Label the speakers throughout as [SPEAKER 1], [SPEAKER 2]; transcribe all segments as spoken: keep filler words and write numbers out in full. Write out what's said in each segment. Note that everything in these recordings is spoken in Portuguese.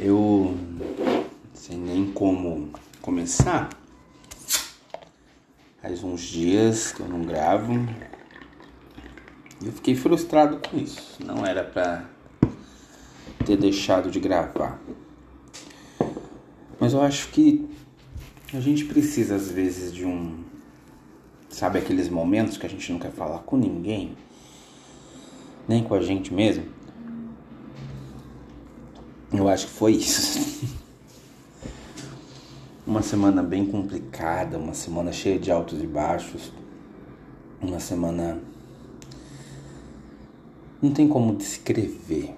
[SPEAKER 1] Eu não sei nem como começar. Faz uns dias que eu não gravo. E eu fiquei frustrado com isso. Não era pra ter deixado de gravar. Mas eu acho que a gente precisa às vezes de um... Sabe aqueles momentos que a gente não quer falar com ninguém? Nem com a gente mesmo? Eu acho que foi isso. Uma semana bem complicada, uma semana cheia de altos e baixos. Uma semana... Não tem como descrever.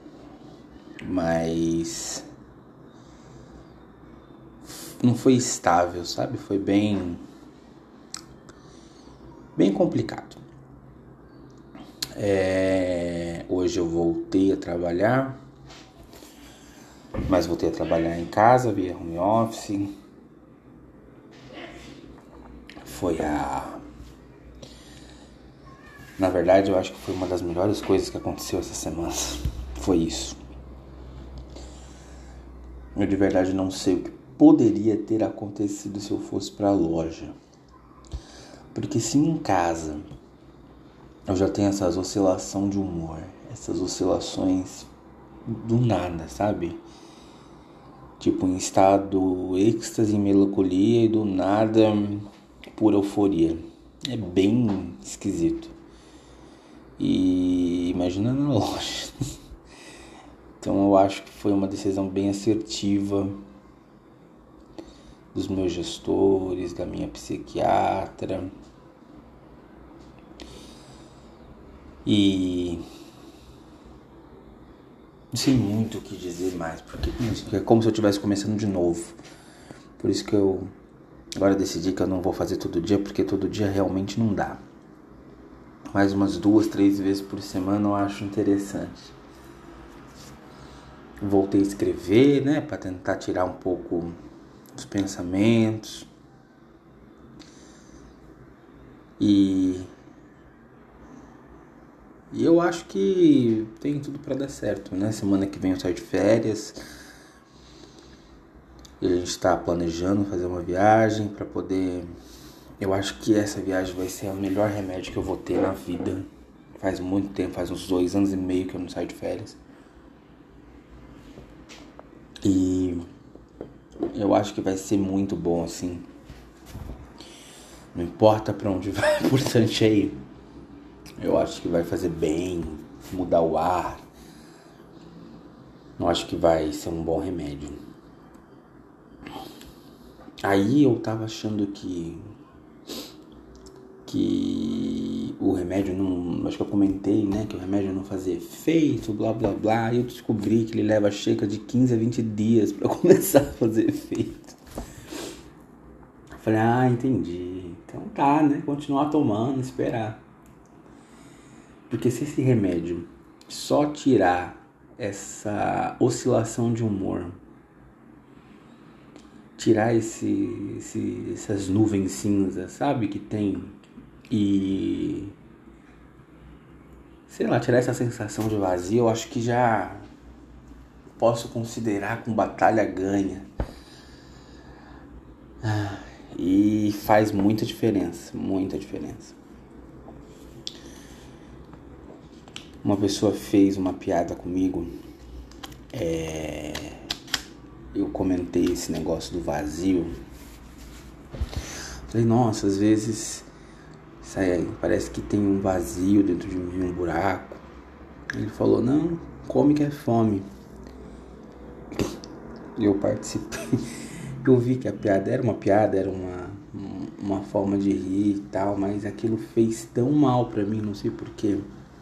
[SPEAKER 1] Mas... Não foi estável, sabe? Foi bem... Bem complicado. É... Hoje eu voltei a trabalhar. Mas voltei a trabalhar em casa, via home office. Foi a... Na verdade, eu acho que foi uma das melhores coisas que aconteceu essa semana. Foi isso. Eu de verdade não sei o que poderia ter acontecido se eu fosse pra loja. Porque se em casa eu já tenho essas oscilações de humor, essas oscilações do nada, sabe? Tipo, em estado êxtase, melancolia e do nada, pura euforia. É bem esquisito. E imagina na loja. Então eu acho que foi uma decisão bem assertiva dos meus gestores, da minha psiquiatra. E... Não sei muito o que dizer mais, porque é como se eu estivesse começando de novo. Por isso que eu agora decidi que eu não vou fazer todo dia, porque todo dia realmente não dá. Mais umas duas, três vezes por semana eu acho interessante. Voltei a escrever, né, para tentar tirar um pouco os pensamentos. E... E eu acho que tem tudo pra dar certo, né? Semana que vem eu saio de férias. E a gente tá planejando fazer uma viagem pra poder... Eu acho que essa viagem vai ser o melhor remédio que eu vou ter na vida. Faz muito tempo, faz uns dois anos e meio que eu não saio de férias. E eu acho que vai ser muito bom, assim. Não importa pra onde vai, o importante é ir. Eu acho que vai fazer bem, mudar o ar. Eu acho que vai ser um bom remédio. Aí eu tava achando que... Que o remédio não... Acho que eu comentei, né? Que o remédio não fazia efeito, blá, blá, blá. E eu descobri que ele leva cerca de quinze a vinte dias pra começar a fazer efeito. Eu falei, ah, entendi. Então tá, né? Continuar tomando, esperar. Porque se esse remédio só tirar essa oscilação de humor, tirar esse, esse, essas nuvens cinzas, sabe, que tem, e, sei lá, tirar essa sensação de vazio, eu acho que já posso considerar com batalha ganha. E faz muita diferença, muita diferença. Uma pessoa fez uma piada comigo, é... eu comentei esse negócio do vazio. Falei, nossa, às vezes sai, parece que tem um vazio dentro de mim, um buraco. Ele falou, não, come que é fome. Eu participei, eu vi que a piada era uma piada, era uma, uma forma de rir e tal, mas aquilo fez tão mal pra mim, não sei porquê.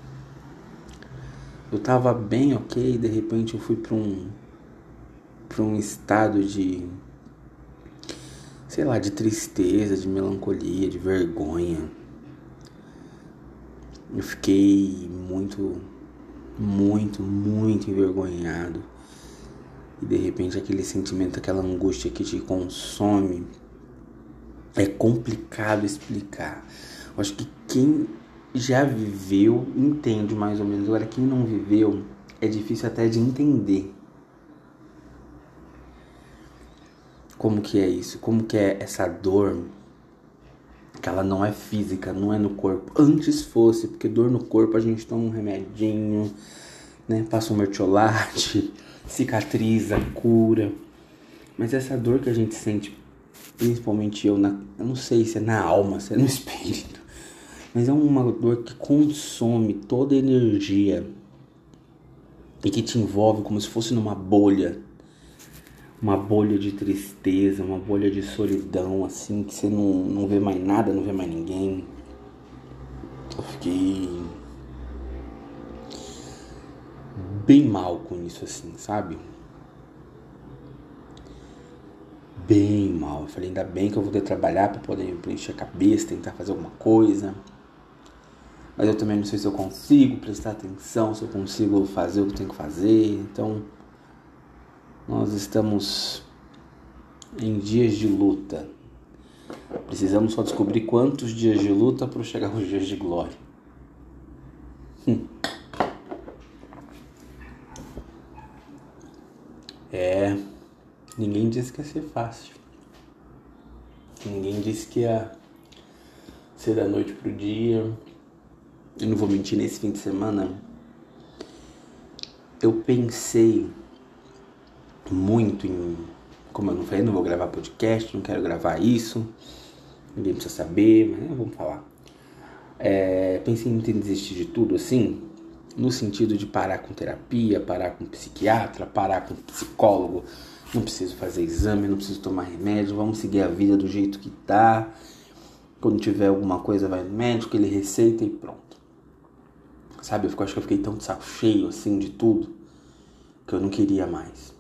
[SPEAKER 1] Eu tava bem ok, de repente eu fui pra um, pra um estado de, sei lá, de tristeza, de melancolia, de vergonha. Eu fiquei muito, muito, muito envergonhado. E de repente aquele sentimento, aquela angústia que te consome, é complicado explicar. Eu acho que quem já viveu entende mais ou menos. Agora quem não viveu é difícil até de entender. como que é isso, como que é essa dor, que ela não é física, não é no corpo. Antes fosse, porque dor no corpo a gente toma um remedinho, né, passa um mertiolate, cicatriza, cura. Mas essa dor que a gente sente, principalmente eu, na, eu não sei se é na alma, se é no espírito, mas é uma dor que consome toda a energia e que te envolve como se fosse numa bolha, uma bolha de tristeza, uma bolha de solidão, assim, que você não, não vê mais nada, não vê mais ninguém. Eu fiquei bem mal com isso, assim, sabe? Bem mal. Eu falei, ainda bem que eu vou ter que trabalhar pra poder preencher a cabeça, tentar fazer alguma coisa. Mas eu também não sei se eu consigo prestar atenção, se eu consigo fazer o que eu tenho que fazer. Então, nós estamos em dias de luta. Precisamos só descobrir quantos dias de luta para chegar aos dias de glória. Hum. É, ninguém disse que ia ser fácil. Ninguém disse que ia ser da noite pro dia. Eu não vou mentir, nesse fim de semana eu pensei muito em, como eu não falei, não vou gravar podcast, não quero gravar isso, ninguém precisa saber, mas vamos falar. É, pensei em desistir de tudo, assim, no sentido de parar com terapia, parar com psiquiatra, parar com psicólogo. Não preciso fazer exame, não preciso tomar remédio, vamos seguir a vida do jeito que tá. Quando tiver alguma coisa, vai no médico, ele receita e pronto. Sabe, eu acho que eu fiquei tão de saco cheio, assim, de tudo, que eu não queria mais.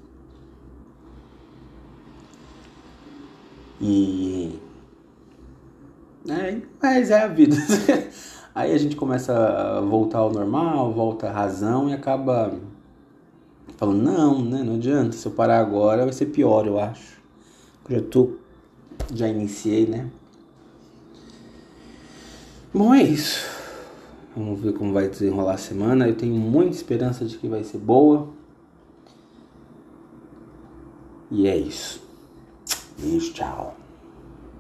[SPEAKER 1] E... É, mas é a vida. Aí a gente começa a voltar ao normal, volta à razão e acaba falando, não, né, não adianta, se eu parar agora vai ser pior, eu acho. Eu já tô, já iniciei, né? Bom, é isso. Vamos ver como vai desenrolar a semana. Eu tenho muita esperança de que vai ser boa. E é isso. Beijo, tchau.